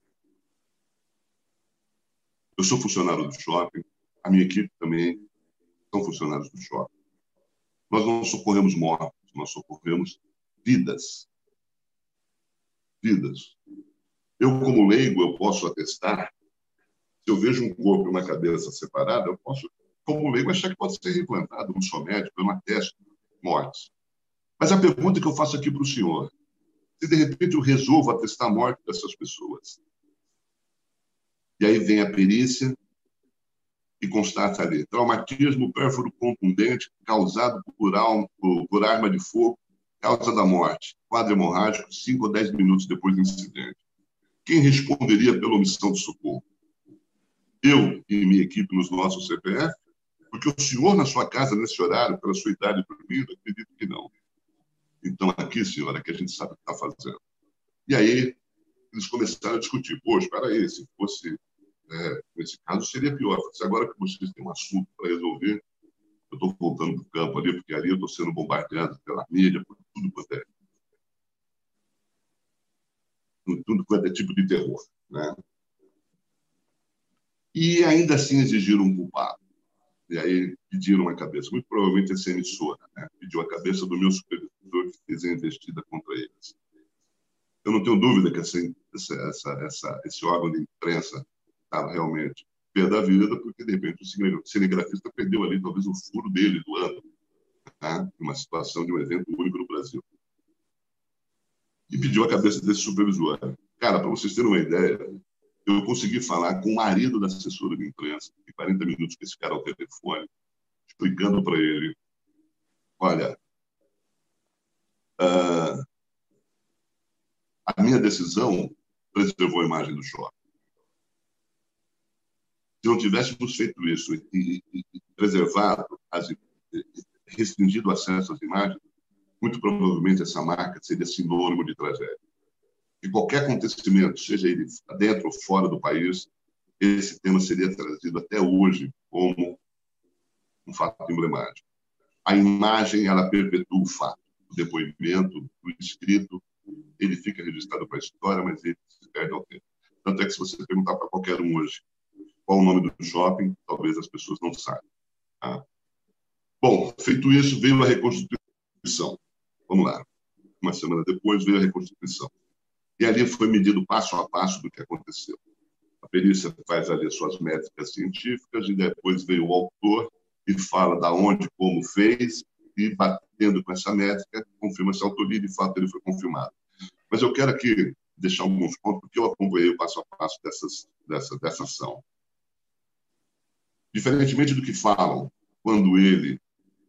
Eu sou funcionário do shopping, a minha equipe também são funcionários do shopping. Nós não socorremos mortos, nós socorremos vidas. Vidas. Eu, como leigo, eu posso atestar. Se eu vejo um corpo e uma cabeça separada, eu posso, como leigo, achar que pode ser reimplantado. Eu não sou médico, eu não atesto mortes. Mas a pergunta que eu faço aqui para o senhor: se de repente eu resolvo atestar a morte dessas pessoas, e aí vem a perícia e constata ali: traumatismo pérfuro contundente causado por arma de fogo, causa da morte, quadro hemorrágico, 5 ou 10 minutos depois do incidente. Quem responderia pela omissão de socorro? Eu e minha equipe nos nossos CPF? Porque o senhor, na sua casa, nesse horário, pela sua idade dormindo, acredito que não. Então, aqui, senhora, que a gente sabe o que está fazendo. E aí, eles começaram a discutir: poxa, espera aí, se fosse, nesse caso, seria pior. Se agora que vocês têm um assunto para resolver, eu estou voltando para o campo ali, porque ali eu estou sendo bombardeado pela mídia, por tudo quanto é tipo de terror, né? E ainda assim exigiram um culpado. E aí pediram a cabeça. Muito provavelmente essa emissora, né? Pediu a cabeça do meu supervisor que fez a investida contra eles. Eu não tenho dúvida que esse órgão de imprensa estava realmente pé da vida, porque, de repente, o cinegrafista perdeu ali talvez o furo dele do ano, tá? Uma situação de um evento único no Brasil. E pediu a cabeça desse supervisor. Cara, para vocês terem uma ideia, eu consegui falar com o marido da assessora de imprensa, em 40 minutos que esse cara ao telefone, explicando para ele: olha, a minha decisão preservou a imagem do shopping. Se não tivéssemos feito isso e preservado, restringido o acesso às imagens, muito provavelmente essa marca seria sinônimo de tragédia. E qualquer acontecimento, seja ele dentro ou fora do país, esse tema seria trazido até hoje como um fato emblemático. A imagem, ela perpetua o fato. O depoimento, o escrito, ele fica registrado para a história, mas ele se perde ao tempo. Tanto é que se você perguntar para qualquer um hoje qual o nome do shopping, talvez as pessoas não saibam. Tá? Bom, feito isso, veio a reconstituição. Vamos lá. uma semana depois, veio a reconstituição. E ali foi medido passo a passo do que aconteceu. A perícia faz ali as suas métricas científicas e depois veio o autor e fala da onde, como fez, e batendo com essa métrica, confirma essa autoria e, de fato, ele foi confirmado. Mas eu quero aqui deixar alguns pontos, porque eu acompanhei o passo a passo dessa ação. Diferentemente do que falam, quando ele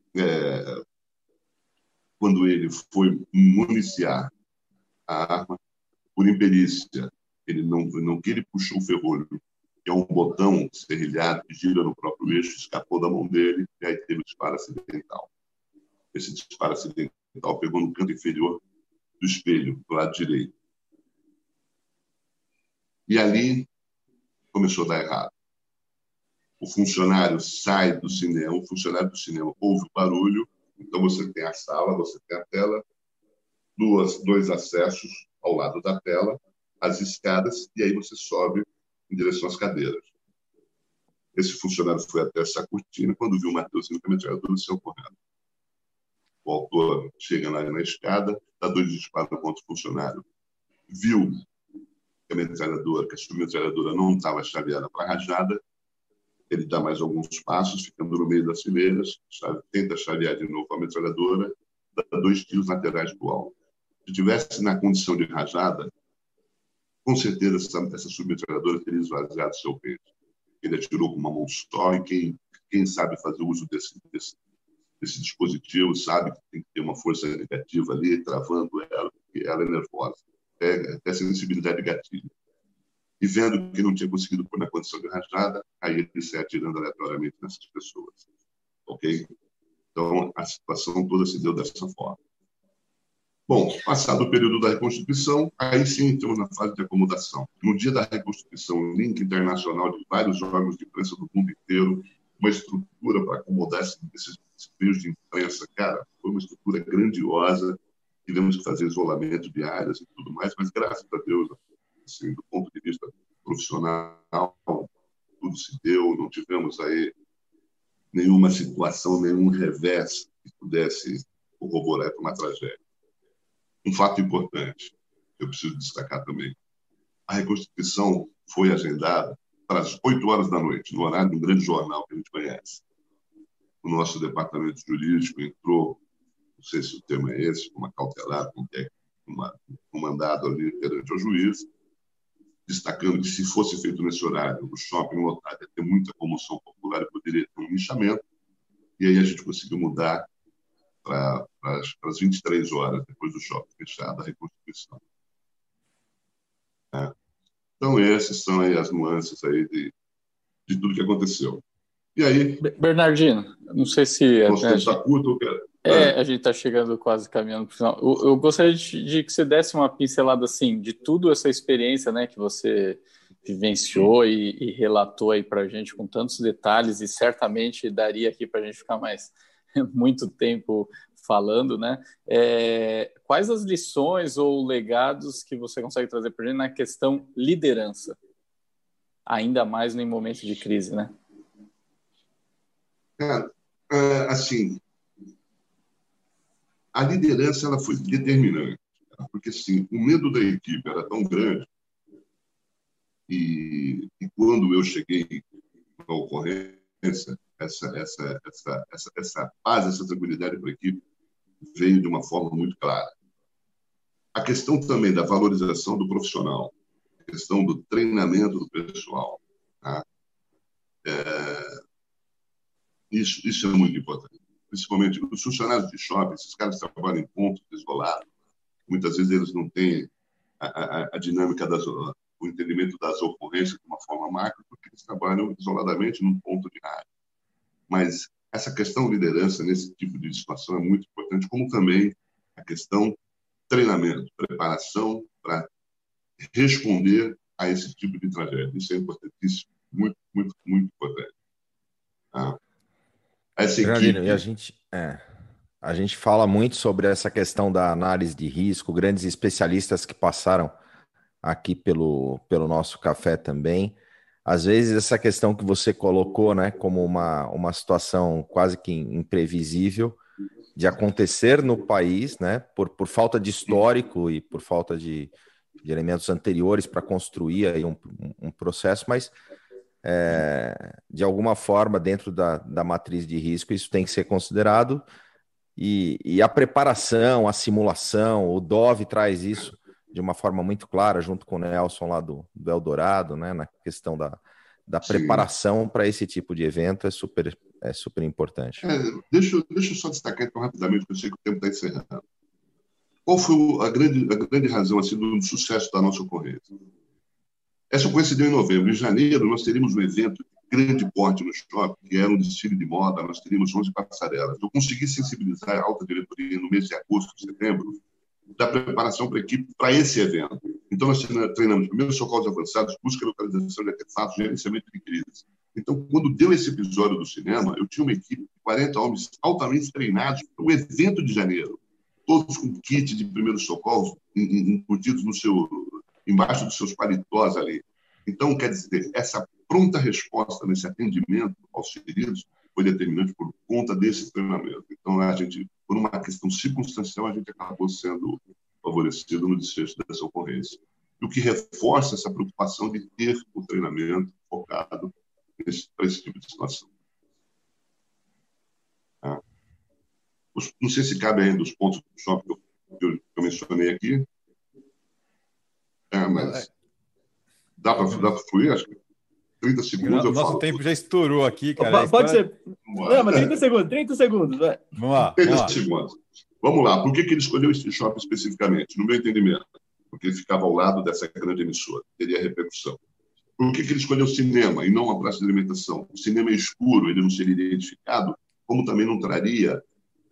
foi municiar a arma, por imperícia, ele puxou o ferrolho, que é um botão serrilhado que gira no próprio eixo, escapou da mão dele, e aí teve o disparo acidental. Esse disparo acidental pegou no canto inferior do espelho, do lado direito. E ali começou a dar errado. O funcionário sai do cinema, o funcionário do cinema ouve o barulho, então você tem a sala, você tem a tela, dois acessos ao lado da tela, as escadas, e aí você sobe em direção às cadeiras. Esse funcionário foi até essa cortina, quando viu o Mateuzinho com a metralhadora, saiu correndo. O autor chega lá na escada, dá 2 disparos contra o funcionário. Viu que a submetralhadora não estava chaveada para a rajada, ele dá mais alguns passos, ficando no meio das fileiras, tenta chavear de novo a metralhadora, dá 2 tiros laterais para o alto. Se tivesse na condição de rajada, com certeza essa submetralhadora teria esvaziado seu peito. Ele atirou com uma mão só, e quem sabe fazer uso desse dispositivo sabe que tem que ter uma força negativa ali, travando ela, porque ela é nervosa, até sensibilidade de gatilho. E vendo que não tinha conseguido pôr na condição de rajada, aí ele sai atirando aleatoriamente nessas pessoas. Ok? Então, a situação toda se deu dessa forma. Bom, passado o período da reconstituição, aí sim entramos na fase de acomodação. No dia da reconstituição, um link internacional de vários órgãos de imprensa do mundo inteiro, uma estrutura para acomodar esses meios de imprensa, cara, foi uma estrutura grandiosa, tivemos que fazer isolamento de áreas e tudo mais, mas graças a Deus, assim, do ponto de vista profissional, tudo se deu, não tivemos aí nenhuma situação, nenhum revés que pudesse corroborar para uma tragédia. Um fato importante, eu preciso destacar também, a reconstituição foi agendada para as 8 horas da noite, no horário de um grande jornal que a gente conhece. O nosso departamento jurídico entrou, não sei se o termo é esse, uma cautelar, um mandado ali perante o juiz, destacando que se fosse feito nesse horário, o shopping lotado ia ter muita comoção popular e poderia ter um linchamento, e aí a gente conseguiu mudar para as 23 horas, depois do shopping fechado, a reconstituição. Então, essas são aí as nuances aí de tudo que aconteceu. E aí... Bernardino, não sei se... Nosso tempo está curto, eu quero... a gente está chegando quase caminhando para o final. Eu gostaria de que você desse uma pincelada assim, de tudo essa experiência, né, que você vivenciou e relatou aí para a gente com tantos detalhes, e certamente daria aqui para a gente ficar mais muito tempo falando, né? Quais as lições ou legados que você consegue trazer para a gente na questão liderança? Ainda mais em momentos de crise, né? Cara, assim, a liderança ela foi determinante, porque assim, o medo da equipe era tão grande e quando eu cheguei na ocorrência, essa paz, essa tranquilidade para a equipe veio de uma forma muito clara. A questão também da valorização do profissional, a questão do treinamento do pessoal, tá? Isso é muito importante. Principalmente os funcionários de shopping, esses caras trabalham em pontos isolados, muitas vezes eles não têm a dinâmica, o entendimento das ocorrências de uma forma macro, porque eles trabalham isoladamente num ponto de rádio. Mas essa questão de liderança nesse tipo de situação é muito importante, como também a questão treinamento, preparação para responder a esse tipo de tragédia. Isso é importantíssimo, muito, muito, muito importante. Essa equipe... E a gente fala muito sobre essa questão da análise de risco, grandes especialistas que passaram aqui pelo nosso café também. Às vezes essa questão que você colocou, né, como uma situação quase que imprevisível, de acontecer no país, né? Por falta de histórico e por falta de elementos anteriores para construir aí um processo, mas de alguma forma, dentro da matriz de risco, isso tem que ser considerado. E a preparação, a simulação, o Dove traz isso de uma forma muito clara, junto com o Nelson lá do Eldorado, né, na questão da preparação para esse tipo de evento é super importante. Deixa eu só destacar então rapidamente, porque eu sei que o tempo está encerrando. Qual foi a grande razão assim, do sucesso da nossa ocorrência? Essa coincideu em novembro. Em janeiro, nós teríamos um evento de grande porte no shopping, que era um desfile de moda, nós teríamos 11 passarelas. Eu consegui sensibilizar a alta diretoria no mês de agosto, setembro, da preparação para a equipe para esse evento. Então, nós treinamos primeiros socorros avançados, busca e localização de artefatos, gerenciamento de crises. Então, quando deu esse episódio do cinema, eu tinha uma equipe de 40 homens altamente treinados para o evento de janeiro, todos com kit de primeiros socorros embutidos embaixo dos seus paletós ali. Então, quer dizer, essa pronta resposta nesse atendimento aos feridos foi determinante por conta desse treinamento. Então, a gente, por uma questão circunstancial, a gente acabou sendo favorecido no desfecho dessa ocorrência. O que reforça essa preocupação de ter o treinamento focado para esse tipo de situação. Não sei se cabe ainda os pontos do shopping que eu mencionei aqui. Mas dá para fluir, acho que 30 segundos eu falo. Nosso tempo já estourou aqui, cara. Pode ser. Não, mas 30 segundos. Vai. Vamos lá. 30 segundos. Vamos lá. Por que ele escolheu esse shopping especificamente? No meu entendimento, porque ele ficava ao lado dessa grande emissora, teria repercussão. Por que ele escolheu o cinema e não a praça de alimentação? O cinema é escuro, ele não seria identificado, como também não traria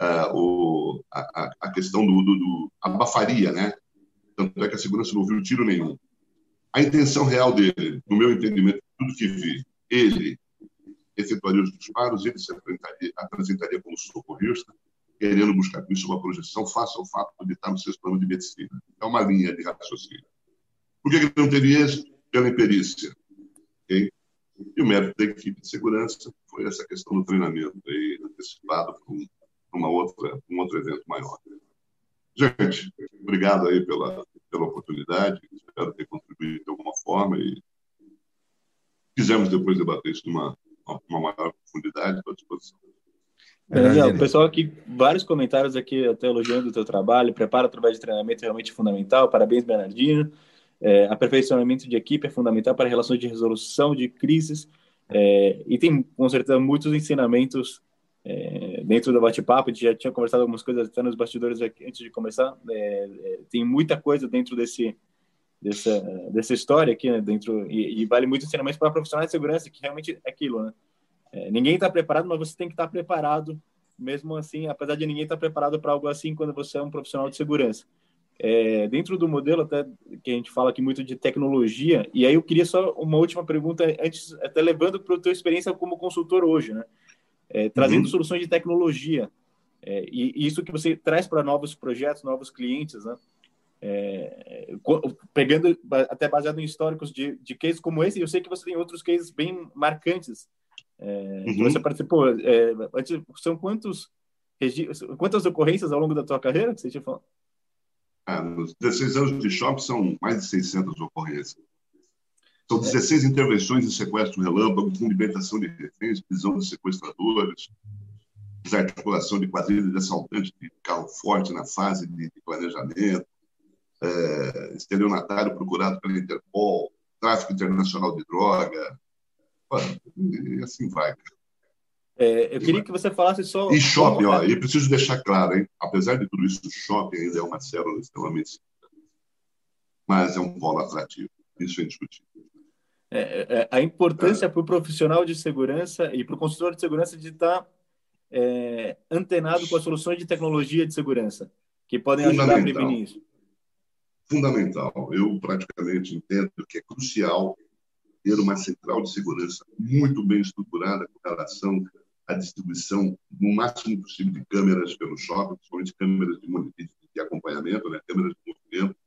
a questão do abafaria, né? Tanto é que a segurança não viu tiro nenhum. A intenção real dele, no meu entendimento, tudo que vi, ele efetuaria os disparos, ele se apresentaria como socorrista, querendo buscar com isso uma projeção face ao fato de estar no sexto ano de medicina. É uma linha de raciocínio. Por que ele não teria isso? Pela imperícia. Okay? E o mérito da equipe de segurança foi essa questão do treinamento aí, antecipado para um outro evento maior. Gente, obrigado aí pela oportunidade, espero ter contribuído de alguma forma e quisemos depois debater isso numa maior profundidade, à disposição. Daniel, o pessoal aqui, vários comentários aqui até elogiando o teu trabalho, preparo através de treinamento é realmente fundamental, parabéns Bernardino, aperfeiçoamento de equipe é fundamental para relações de resolução de crises, e tem com certeza muitos ensinamentos dentro do bate-papo. A gente já tinha conversado algumas coisas até nos bastidores aqui, antes de começar. Tem muita coisa dentro dessa história aqui, né, dentro, e vale muito ensinamento para profissionais de segurança, que realmente é aquilo, né? Ninguém está preparado, mas você tem que estar preparado, mesmo assim, apesar de ninguém estar preparado para algo assim quando você é um profissional de segurança. Dentro do modelo, até que a gente fala aqui muito de tecnologia, e aí eu queria só uma última pergunta, antes, até levando para a tua experiência como consultor hoje, né? Trazendo soluções de tecnologia, e isso que você traz para novos projetos, novos clientes, né? Pegando até baseado em históricos de cases como esse, eu sei que você tem outros cases bem marcantes que você participou. São quantas ocorrências ao longo da tua carreira que você tinha falado? Nos 16 anos de shopping são mais de 600 ocorrências. São 16 intervenções de sequestro relâmpago, com libertação de reféns, prisão de sequestradores, desarticulação de quadrilhas de assaltantes de carro forte na fase de planejamento, estelionatário procurado pela Interpol, tráfico internacional de droga, e assim vai. Eu queria que você falasse só... E shopping, e preciso deixar claro, hein? Apesar de tudo isso, o shopping ainda é uma célula extremamente... Mas é um polo atrativo, isso é indiscutível. A importância para o profissional de segurança e para o consultor de segurança de estar antenado com as soluções de tecnologia de segurança, que podem ajudar a prevenir isso. Fundamental. Eu praticamente entendo que é crucial ter uma central de segurança muito bem estruturada com relação à distribuição no máximo possível de câmeras pelo shopping, principalmente câmeras de acompanhamento, né? Câmeras de movimento,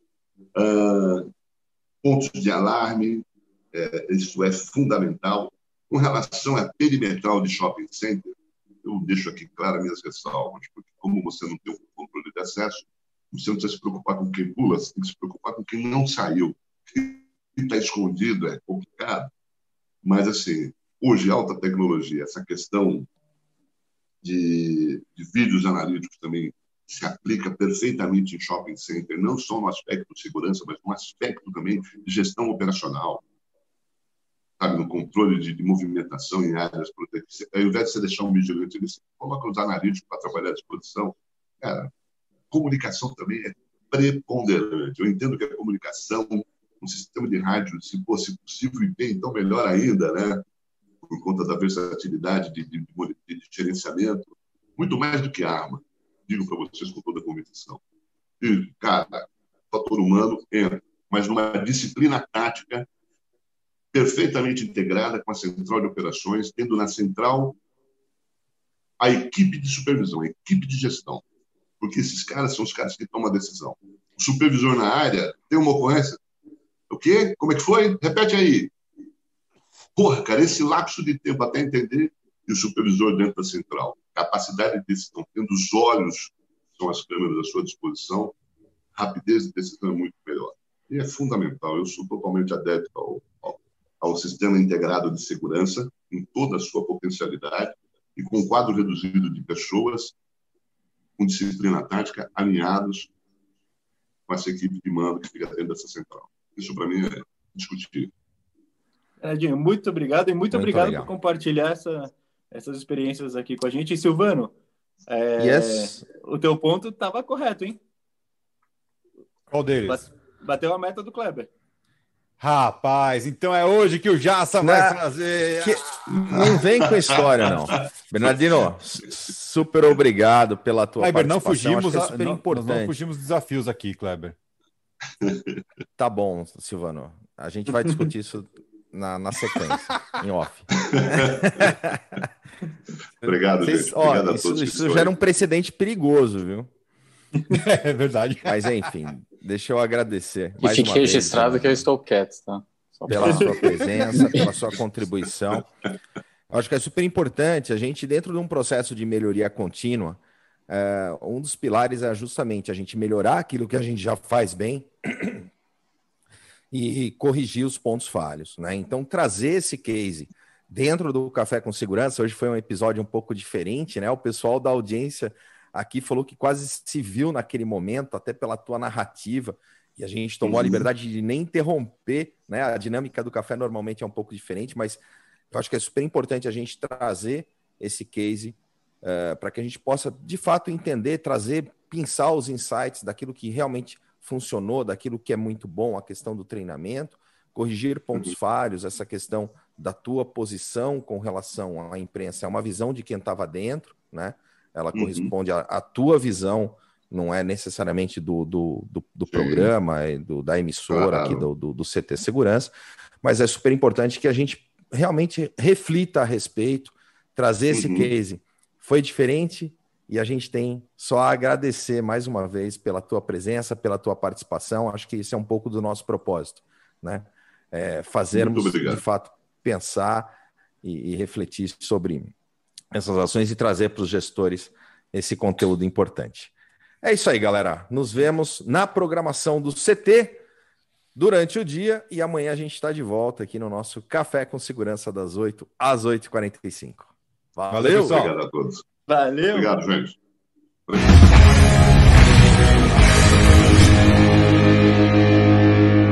pontos de alarme, isso é fundamental. Com relação à perimetral de shopping center, eu deixo aqui claras minhas ressalvas, porque como você não tem o controle de acesso, você não precisa se preocupar com quem pula, você tem que se preocupar com quem não saiu. Quem está escondido é complicado. Mas, assim, hoje, alta tecnologia, essa questão de vídeos analíticos também se aplica perfeitamente em shopping center, não só no aspecto de segurança, mas no aspecto também de gestão operacional, sabe, no controle de movimentação em áreas protegidas. Ao invés de você deixar um vigilante, você coloca os analíticos para trabalhar à disposição. Cara, comunicação também é preponderante. Eu entendo que a comunicação, um sistema de rádio, se fosse possível IP, então melhor ainda, né? Por conta da versatilidade de gerenciamento, muito mais do que arma, digo para vocês com toda a convicção. E, cara, fator humano entra, mas numa disciplina tática perfeitamente integrada com a central de operações, tendo na central a equipe de supervisão, a equipe de gestão. Porque esses caras são os caras que tomam a decisão. O supervisor na área tem uma ocorrência. O quê? Como é que foi? Repete aí. Porra, cara, esse lapso de tempo até entender, e o supervisor dentro da central, capacidade de decisão, tendo os olhos, são as câmeras à sua disposição, rapidez de decisão é muito melhor. E é fundamental. Eu sou totalmente adepto ao sistema integrado de segurança, em toda a sua potencialidade, e com um quadro reduzido de pessoas, com disciplina tática, alinhados com essa equipe de mando que fica dentro dessa central. Isso, para mim, é discutível. Edinho, muito obrigado e muito obrigado legal por compartilhar essas experiências aqui com a gente. E, Silvano, o teu ponto estava correto, hein? Qual deles? Bateu a meta do Kleber. Rapaz, então é hoje que o Jassa vai fazer. Não vem com história, não. Bernardino, super obrigado pela tua Kleber, participação. Nós não fugimos dos desafios aqui, Kleber. Tá bom, Silvano. A gente vai discutir isso na sequência, em off. Obrigado, gente. Obrigado a todos. Isso gera um precedente perigoso, viu? É verdade. Mas, enfim, deixa eu agradecer. E fique registrado que eu estou quieto, tá? Pela sua presença, pela sua contribuição. Eu acho que é super importante a gente, dentro de um processo de melhoria contínua, um dos pilares é justamente a gente melhorar aquilo que a gente já faz bem e corrigir os pontos falhos, né? Então, trazer esse case dentro do Café com Segurança, hoje foi um episódio um pouco diferente, né? O pessoal da audiência aqui falou que quase se viu naquele momento, até pela tua narrativa, e a gente tomou a liberdade de nem interromper, né? A dinâmica do café normalmente é um pouco diferente, mas eu acho que é super importante a gente trazer esse case para que a gente possa, de fato, entender, trazer, pensar os insights daquilo que realmente funcionou, daquilo que é muito bom, a questão do treinamento, corrigir pontos falhos, essa questão da tua posição com relação à imprensa, é uma visão de quem estava dentro, né? Ela corresponde à tua visão, não é necessariamente do programa, da emissora aqui do CT Segurança, mas é super importante que a gente realmente reflita a respeito, trazer esse case. Foi diferente e a gente tem só a agradecer mais uma vez pela tua presença, pela tua participação. Acho que esse é um pouco do nosso propósito, né? Fazermos, de fato, pensar e refletir sobre essas ações e trazer para os gestores esse conteúdo importante. É isso aí, galera. Nos vemos na programação do CT durante o dia e amanhã a gente está de volta aqui no nosso Café com Segurança das 8 às 8h45. Valeu, pessoal. Obrigado a todos. Valeu. Obrigado, gente.